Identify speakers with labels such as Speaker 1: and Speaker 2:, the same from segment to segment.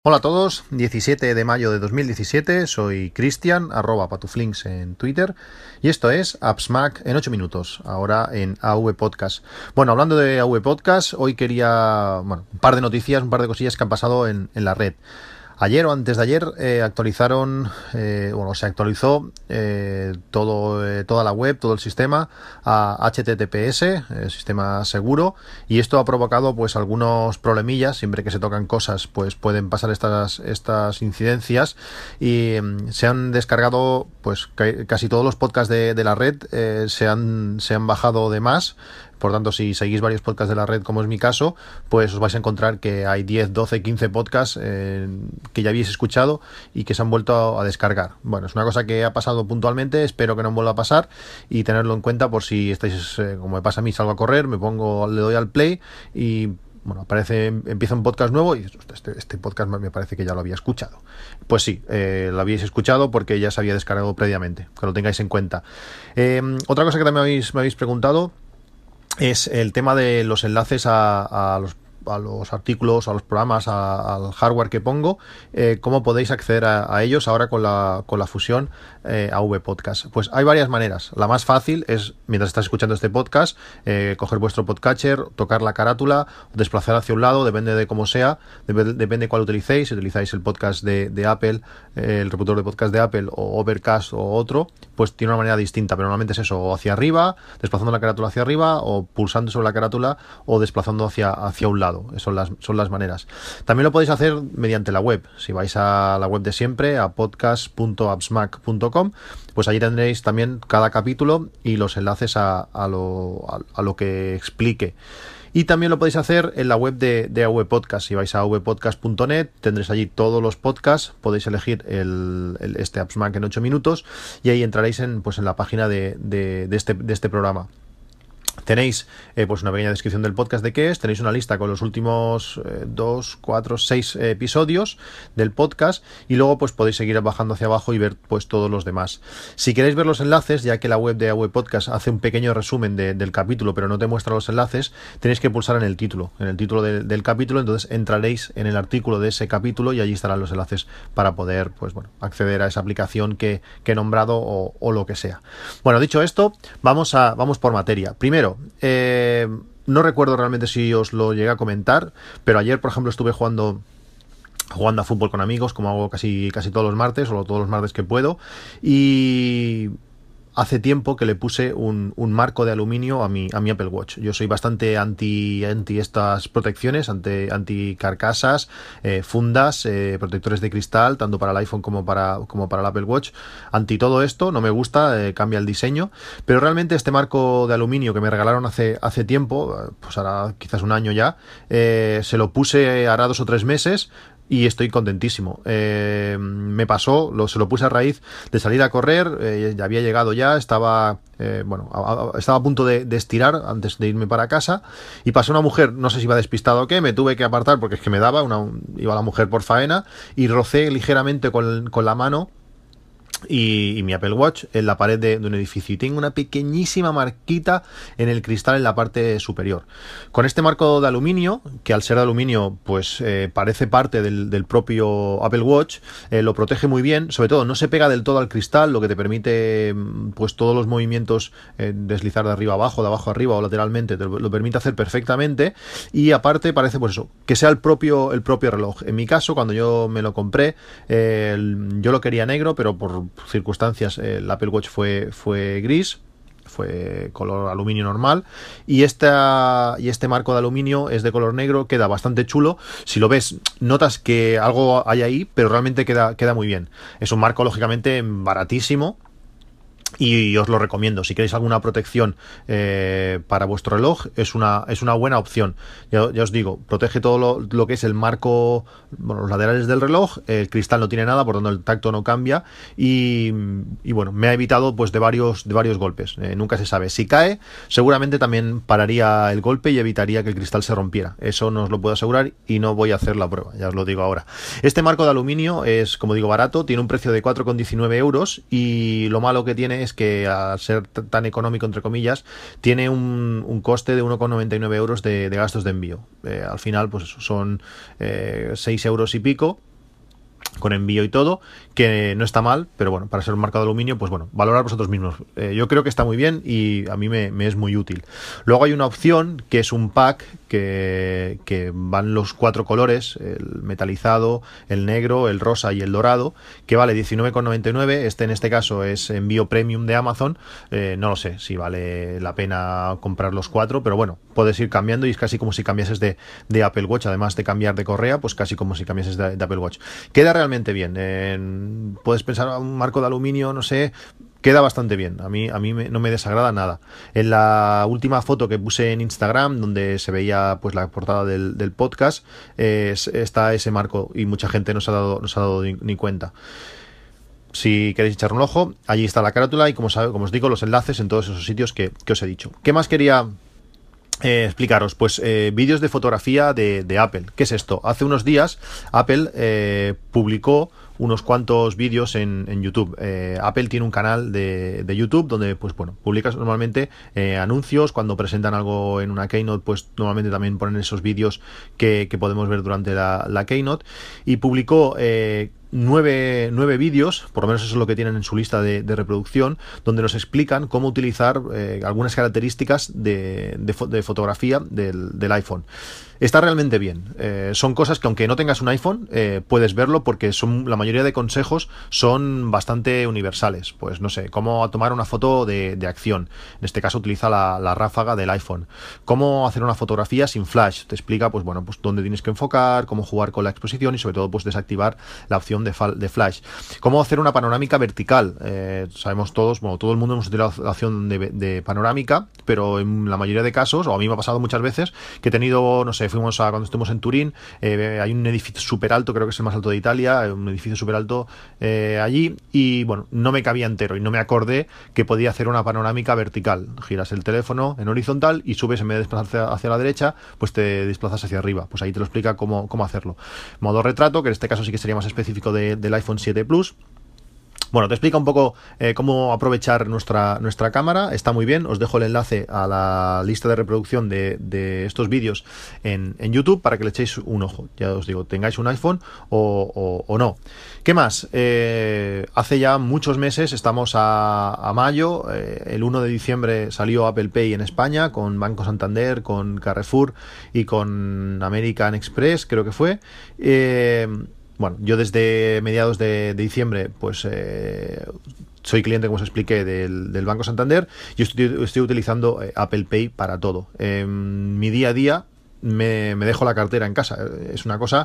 Speaker 1: Hola a todos, 17 de mayo de 2017, soy Cristian, @patuflinks en Twitter, y esto es AppsMac en 8 minutos, ahora en AV Podcast. Bueno, hablando de AV Podcast, hoy quería, un par de noticias, un par de cosillas que han pasado en la red. Ayer o antes de ayer se actualizó toda la web, todo el sistema a HTTPS, sistema seguro, y esto ha provocado pues algunos problemillas. Siempre que se tocan cosas pues pueden pasar estas incidencias, y se han descargado pues casi todos los podcasts de la red, se han bajado de más. Por tanto, si seguís varios podcasts de la red, como es mi caso, pues os vais a encontrar que hay 10, 12, 15 podcasts que ya habéis escuchado y que se han vuelto a descargar. Bueno, es una cosa que ha pasado puntualmente, espero que no vuelva a pasar y tenerlo en cuenta por si estáis, como me pasa a mí, salgo a correr, le doy al play y empieza un podcast nuevo y este podcast me parece que ya lo había escuchado. Pues sí, lo habíais escuchado porque ya se había descargado previamente, que lo tengáis en cuenta. Otra cosa que también me habéis preguntado es el tema de los enlaces a los artículos, a los programas, al hardware que pongo. ¿Cómo podéis acceder a ellos ahora con la fusión AV Podcast? Pues hay varias maneras. La más fácil es, mientras estás escuchando este podcast, coger vuestro podcatcher, tocar la carátula, desplazar hacia un lado, depende de cómo sea, depende cuál utilicéis. Si utilizáis el podcast de Apple, el reproductor de podcast de Apple, o Overcast o otro, pues tiene una manera distinta, pero normalmente es eso, o hacia arriba, desplazando la carátula hacia arriba, o pulsando sobre la carátula, o desplazando hacia un lado. Son las maneras. También lo podéis hacer mediante la web. Si vais a la web de siempre, a podcast.appsmac.com, pues allí tendréis también cada capítulo y los enlaces a lo que explique. Y también lo podéis hacer en la web de AV Podcast. Si vais a avpodcast.net, tendréis allí todos los podcasts. Podéis elegir este AppsMac en 8 minutos y ahí entraréis en la página de este programa. Tenéis pues una pequeña descripción del podcast de qué es, tenéis una lista con los últimos 2, 4, 6 episodios del podcast, y luego pues podéis seguir bajando hacia abajo y ver pues todos los demás. Si queréis ver los enlaces, ya que la web de AV Podcast hace un pequeño resumen del capítulo pero no te muestra los enlaces, tenéis que pulsar en el título del capítulo. Entonces entraréis en el artículo de ese capítulo y allí estarán los enlaces para poder acceder a esa aplicación que he nombrado o lo que sea. Bueno, dicho esto, vamos por materia. Primero, no recuerdo realmente si os lo llegué a comentar, pero ayer, por ejemplo, estuve jugando a fútbol con amigos, como hago casi todos los martes, o todos los martes que puedo, y hace tiempo que le puse un marco de aluminio a mi Apple Watch. Yo soy bastante anti estas protecciones, anti carcasas, fundas, protectores de cristal, tanto para el iPhone como para el Apple Watch. Anti todo esto, no me gusta, cambia el diseño, pero realmente este marco de aluminio que me regalaron hace tiempo, pues ahora quizás un año ya, se lo puse hará 2 o 3 meses, y estoy contentísimo. Me pasó, se lo puse a raíz de salir a correr, ya había llegado ya, estaba a punto de estirar antes de irme para casa, y pasó una mujer, no sé si iba despistada o qué, me tuve que apartar porque es que iba la mujer por faena, y rocé ligeramente con la mano y mi Apple Watch en la pared de un edificio, y tengo una pequeñísima marquita en el cristal en la parte superior. Con este marco de aluminio, que al ser de aluminio pues parece parte del propio Apple Watch, lo protege muy bien. Sobre todo no se pega del todo al cristal, lo que te permite pues todos los movimientos, deslizar de arriba a abajo, de abajo a arriba o lateralmente, te lo permite hacer perfectamente. Y aparte parece pues eso, que sea el propio reloj. En mi caso, cuando yo me lo compré, yo lo quería negro, pero por circunstancias el Apple Watch fue gris, fue color aluminio normal, y este marco de aluminio es de color negro. Queda bastante chulo. Si lo ves, notas que algo hay ahí, pero realmente queda muy bien. Es un marco lógicamente baratísimo, y os lo recomiendo. Si queréis alguna protección para vuestro reloj, es una buena opción. Ya os digo, protege todo lo que es el marco, los laterales del reloj. El cristal no tiene nada, por tanto el tacto no cambia, y me ha evitado pues de varios golpes. Nunca se sabe. Si cae, seguramente también pararía el golpe y evitaría que el cristal se rompiera. Eso no os lo puedo asegurar, y no voy a hacer la prueba, ya os lo digo ahora. Este marco de aluminio es, como digo, barato, tiene un precio de 4,19 euros, y lo malo que tiene es que, al ser tan económico, entre comillas, tiene un coste de 1,99 euros de gastos de envío. Al final pues son 6 euros y pico, con envío y todo, que no está mal, pero bueno, para ser un marco de aluminio, pues bueno, valorar vosotros mismos. Yo creo que está muy bien y a mí me es muy útil. Luego hay una opción que es un pack que van los 4 colores, el metalizado, el negro, el rosa y el dorado, que vale 19,99. En este caso es envío premium de Amazon. No lo sé si vale la pena comprar los 4, pero bueno, puedes ir cambiando y es casi como si cambiases de Apple Watch, además de cambiar de correa, pues casi como si cambiases de Apple Watch. Queda realmente bien. Puedes pensar un marco de aluminio, no sé, queda bastante bien. A mí no me desagrada nada. En la última foto que puse en Instagram, donde se veía pues la portada del podcast, está ese marco y mucha gente no se ha dado ni cuenta. Si queréis echar un ojo, allí está la carátula y como os digo, los enlaces en todos esos sitios que os he dicho. ¿Qué más quería explicaros? Pues vídeos de fotografía de Apple. ¿Qué es esto? Hace unos días Apple publicó unos cuantos vídeos en YouTube. Apple tiene un canal de YouTube donde pues bueno, publicas normalmente anuncios. Cuando presentan algo en una Keynote, pues normalmente también ponen esos vídeos que podemos ver durante la Keynote, y publicó 9 vídeos, por lo menos eso es lo que tienen en su lista de reproducción, donde nos explican cómo utilizar algunas características de fotografía del iPhone. Está realmente bien. Son cosas que aunque no tengas un iPhone, puedes verlo, porque la mayoría de consejos son bastante universales. Pues no sé, cómo tomar una foto de acción. En este caso utiliza la ráfaga del iPhone. Cómo hacer una fotografía sin flash. Te explica pues bueno, pues dónde tienes que enfocar, cómo jugar con la exposición y sobre todo pues desactivar la opción de flash. Cómo hacer una panorámica vertical. Sabemos todos, bueno, todo el mundo hemos utilizado la opción de panorámica, pero en la mayoría de casos, o a mí me ha pasado muchas veces, que he tenido, no sé, cuando estuvimos en Turín, hay un edificio súper alto, creo que es el más alto de Italia, un edificio súper alto allí, y bueno, no me cabía entero y no me acordé que podía hacer una panorámica vertical. Giras el teléfono en horizontal y subes, en vez de desplazarte hacia la derecha, pues te desplazas hacia arriba. Pues ahí te lo explica cómo hacerlo. Modo retrato, que en este caso sí que sería más específico del iPhone 7 Plus. Bueno, te explica un poco cómo aprovechar nuestra cámara. Está muy bien. Os dejo el enlace a la lista de reproducción de estos vídeos en YouTube para que le echéis un ojo. Ya os digo, tengáis un iPhone o no. ¿Qué más? Hace ya muchos meses, estamos a mayo, el 1 de diciembre salió Apple Pay en España con Banco Santander, con Carrefour y con American Express, creo que fue. Bueno, yo desde mediados de diciembre, pues soy cliente, como os expliqué, del Banco Santander, y estoy utilizando Apple Pay para todo. Mi día a día me dejo la cartera en casa. Es una cosa,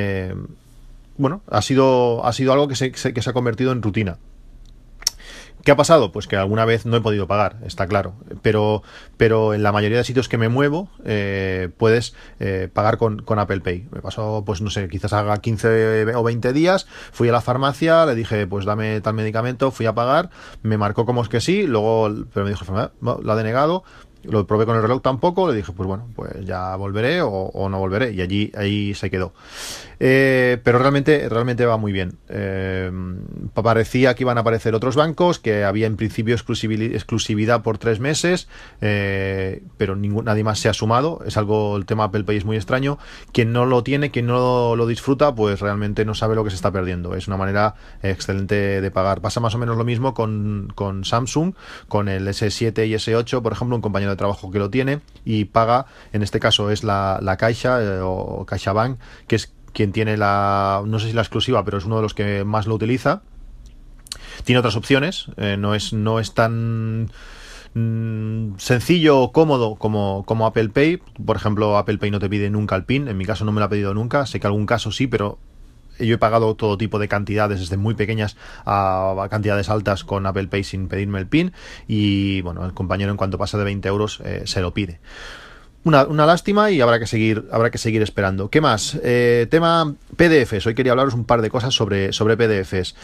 Speaker 1: bueno, ha sido algo que se ha convertido en rutina. ¿Qué ha pasado? Pues que alguna vez no he podido pagar, está claro, pero en la mayoría de sitios que me muevo puedes pagar con Apple Pay. Me pasó, pues no sé, quizás haga 15 o 20 días, fui a la farmacia, le dije, pues dame tal medicamento, fui a pagar, me marcó como es que sí, luego, pero me dijo, no, lo ha denegado. Lo probé con el reloj tampoco, le dije, pues bueno, pues ya volveré o no volveré, y ahí se quedó. Pero realmente va muy bien. Parecía que iban a aparecer otros bancos, que había en principio exclusividad por 3 meses, pero nadie más se ha sumado. Es algo, el tema Apple Pay es muy extraño. Quien no lo tiene, quien no lo disfruta, pues realmente no sabe lo que se está perdiendo. Es una manera excelente de pagar. Pasa más o menos lo mismo con Samsung, con el S7 y S8, por ejemplo, un compañero de trabajo que lo tiene y paga, en este caso es la Caixa o CaixaBank, que es quien tiene no sé si la exclusiva, pero es uno de los que más lo utiliza. Tiene otras opciones, no es tan sencillo o cómodo como Apple Pay. Por ejemplo, Apple Pay no te pide nunca el PIN, en mi caso no me lo ha pedido nunca, sé que algún caso sí, pero yo he pagado todo tipo de cantidades, desde muy pequeñas a cantidades altas con Apple Pay sin pedirme el PIN, y bueno, el compañero en cuanto pasa de 20 euros se lo pide. Una lástima, y habrá que seguir esperando. ¿Qué más? Tema PDFs. Hoy quería hablaros un par de cosas sobre PDFs.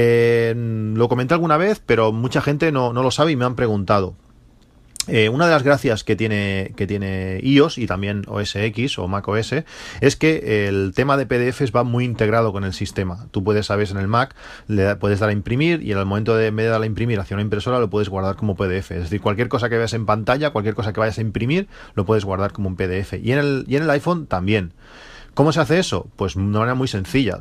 Speaker 1: Lo comenté alguna vez, pero mucha gente no lo sabe y me han preguntado. Una de las gracias que tiene iOS y también OS X o Mac OS es que el tema de PDFs va muy integrado con el sistema. Tú puedes, sabes, en el Mac le puedes dar a imprimir, y en el momento en vez de dar a imprimir hacia una impresora, lo puedes guardar como PDF. Es decir, cualquier cosa que veas en pantalla, cualquier cosa que vayas a imprimir, lo puedes guardar como un PDF. Y en el iPhone también. ¿Cómo se hace eso? Pues de una manera muy sencilla.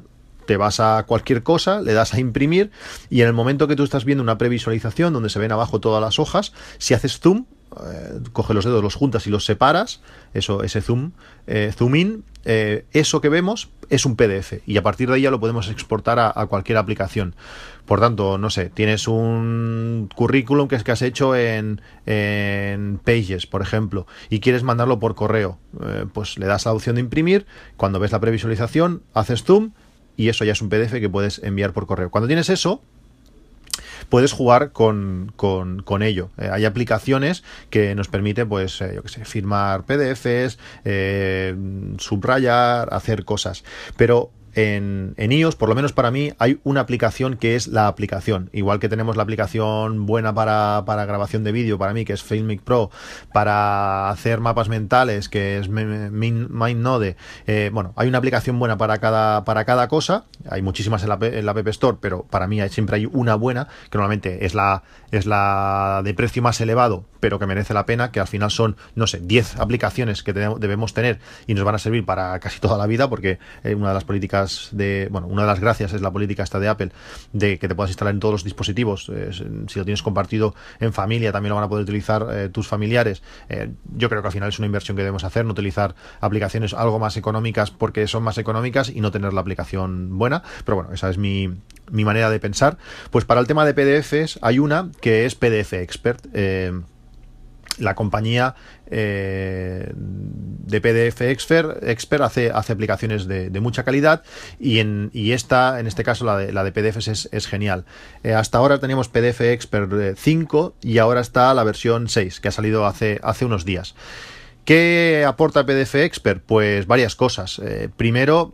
Speaker 1: te vas a cualquier cosa, le das a imprimir y en el momento que tú estás viendo una previsualización donde se ven abajo todas las hojas, si haces zoom, coge los dedos, los juntas y los separas, ese zoom in, eso que vemos es un PDF y a partir de ahí ya lo podemos exportar a cualquier aplicación. Por tanto, no sé, tienes un currículum que has hecho en Pages, por ejemplo, y quieres mandarlo por correo, pues le das la opción de imprimir, cuando ves la previsualización, haces zoom y eso ya es un PDF que puedes enviar por correo. Cuando tienes eso, puedes jugar con ello. Hay aplicaciones que nos permiten, pues, yo qué sé, firmar PDFs, subrayar, hacer cosas. Pero en iOS, por lo menos para mí, hay una aplicación que es la aplicación. Igual que tenemos la aplicación buena para grabación de vídeo, para mí, que es Filmic Pro, para hacer mapas mentales, que es MindNode. Bueno, hay una aplicación buena para cada cosa. Hay muchísimas en la App Store, pero para mí siempre hay una buena, que normalmente es la de precio más elevado, pero que merece la pena, que al final son, no sé, 10 aplicaciones que debemos tener y nos van a servir para casi toda la vida, porque una de las políticas una de las gracias es la política esta de Apple, de que te puedas instalar en todos los dispositivos. Si lo tienes compartido en familia, también lo van a poder utilizar tus familiares. Yo creo que al final es una inversión que debemos hacer, no utilizar aplicaciones algo más económicas porque son más económicas y no tener la aplicación buena, pero bueno, esa es mi manera de pensar. Pues para el tema de PDFs hay una que es PDF Expert. La compañía de PDF Expert hace aplicaciones de mucha calidad y esta, en este caso la de PDFs es genial. Hasta ahora teníamos PDF Expert 5 y ahora está la versión 6 que ha salido hace unos días. ¿Qué aporta PDF Expert? Pues varias cosas. Primero,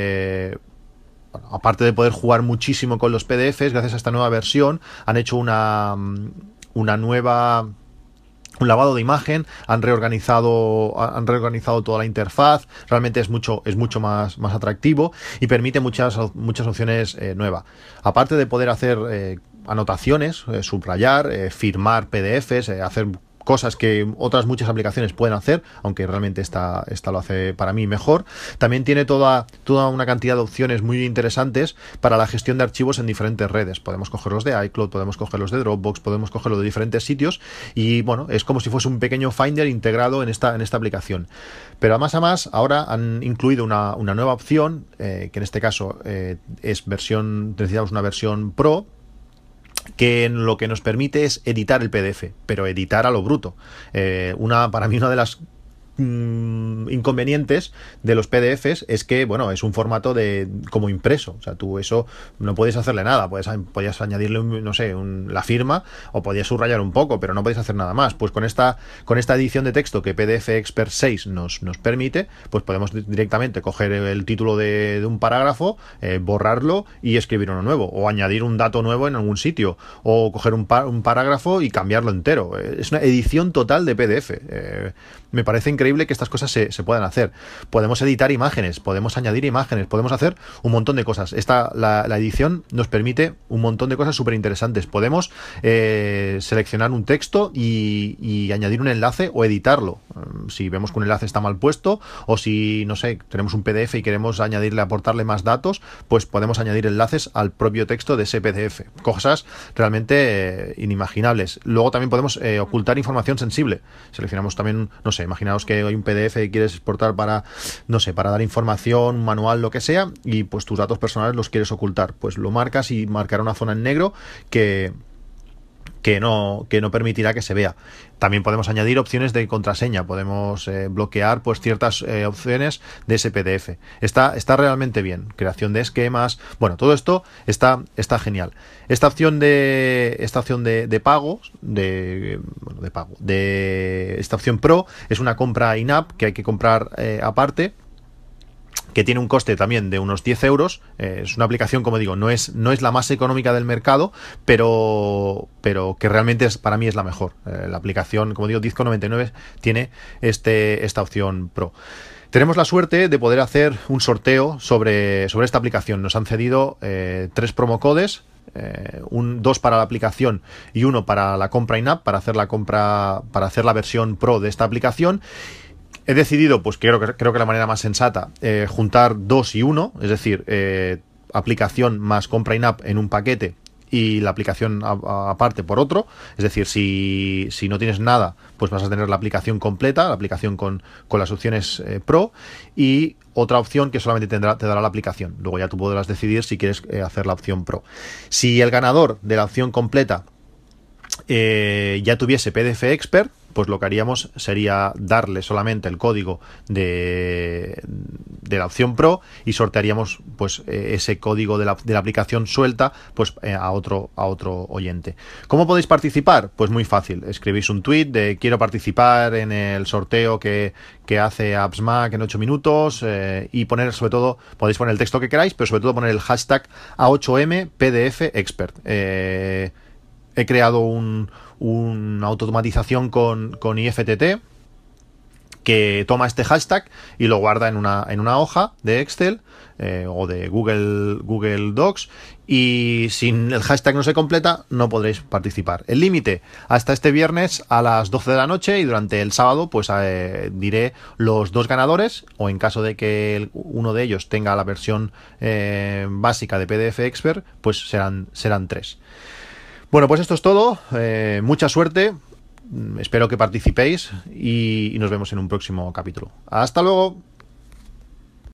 Speaker 1: aparte de poder jugar muchísimo con los PDFs, gracias a esta nueva versión han hecho un lavado de imagen, han reorganizado toda la interfaz, realmente es mucho más atractivo y permite muchas opciones nuevas. Aparte de poder hacer anotaciones, subrayar, firmar PDFs, hacer cosas que otras muchas aplicaciones pueden hacer, aunque realmente esta lo hace para mí mejor. También tiene toda una cantidad de opciones muy interesantes para la gestión de archivos en diferentes redes. Podemos cogerlos de iCloud, podemos cogerlos de Dropbox, podemos cogerlos de diferentes sitios y bueno, es como si fuese un pequeño Finder integrado en esta aplicación. Pero además ahora han incluido una nueva opción, que en este caso necesitamos una versión Pro, que lo que nos permite es editar el PDF, pero editar a lo bruto. Para mí una de las inconvenientes de los PDFs es que, bueno, es un formato como impreso, o sea, tú eso no puedes hacerle nada, podías añadirle la firma o podías subrayar un poco, pero no podéis hacer nada más. Pues con esta edición de texto que PDF Expert 6 nos permite, pues podemos directamente coger el título de un parágrafo, borrarlo y escribir uno nuevo, o añadir un dato nuevo en algún sitio, o coger un parágrafo y cambiarlo entero. Es una edición total de PDF. Me parece increíble que estas cosas se puedan hacer. Podemos editar imágenes, podemos añadir imágenes, podemos hacer un montón de cosas. La edición nos permite un montón de cosas súper interesantes. Podemos seleccionar un texto y añadir un enlace o editarlo. Si vemos que un enlace está mal puesto, o si, no sé, tenemos un PDF y queremos aportarle más datos, pues podemos añadir enlaces al propio texto de ese PDF. Cosas realmente inimaginables. Luego también podemos ocultar información sensible. Seleccionamos también, no sé, imaginaos que hay un PDF que quieres exportar para dar información, un manual, lo que sea, y pues tus datos personales los quieres ocultar. Pues lo marcas y marcará una zona en negro que no permitirá que se vea. También podemos añadir opciones de contraseña, podemos bloquear pues ciertas opciones de ese PDF. Está realmente bien. Creación de esquemas, bueno, todo esto está genial. Esta opción de pago, esta opción Pro, es una compra in-app que hay que comprar aparte, que tiene un coste también de unos 10 euros. Es una aplicación, como digo, no es la más económica del mercado, pero que realmente para mí es la mejor. La aplicación, como digo, 10,99 tiene esta opción Pro. Tenemos la suerte de poder hacer un sorteo sobre esta aplicación. Nos han cedido 3 promocodes, 2 para la aplicación y 1 para la compra in-app, para hacer la versión Pro de esta aplicación. He decidido, pues creo que la manera más sensata, juntar 2 y 1, es decir, aplicación más compra in-app en un paquete y la aplicación aparte por otro. Es decir, si no tienes nada, pues vas a tener la aplicación completa, la aplicación con las opciones Pro, y otra opción que solamente te dará la aplicación. Luego ya tú podrás decidir si quieres hacer la opción Pro. Si el ganador de la opción completa ya tuviese PDF Expert, pues lo que haríamos sería darle solamente el código de la opción Pro y sortearíamos pues ese código de la aplicación suelta pues a otro oyente. ¿Cómo podéis participar? Pues muy fácil. Escribís un tweet de quiero participar en el sorteo que hace AppsMac en 8 minutos y poner, sobre todo, podéis poner el texto que queráis, pero sobre todo poner el hashtag A8M PDF Expert. He creado una automatización con IFTT que toma este hashtag y lo guarda en una hoja de Excel o de Google Docs, y sin el hashtag no se completa no podréis participar. El límite hasta este viernes a las 12 de la noche, y durante el sábado pues diré los 2 ganadores, o en caso de que uno de ellos tenga la versión básica de PDF Expert, pues serán 3. Bueno, pues esto es todo. Mucha suerte. Espero que participéis y nos vemos en un próximo capítulo. ¡Hasta luego!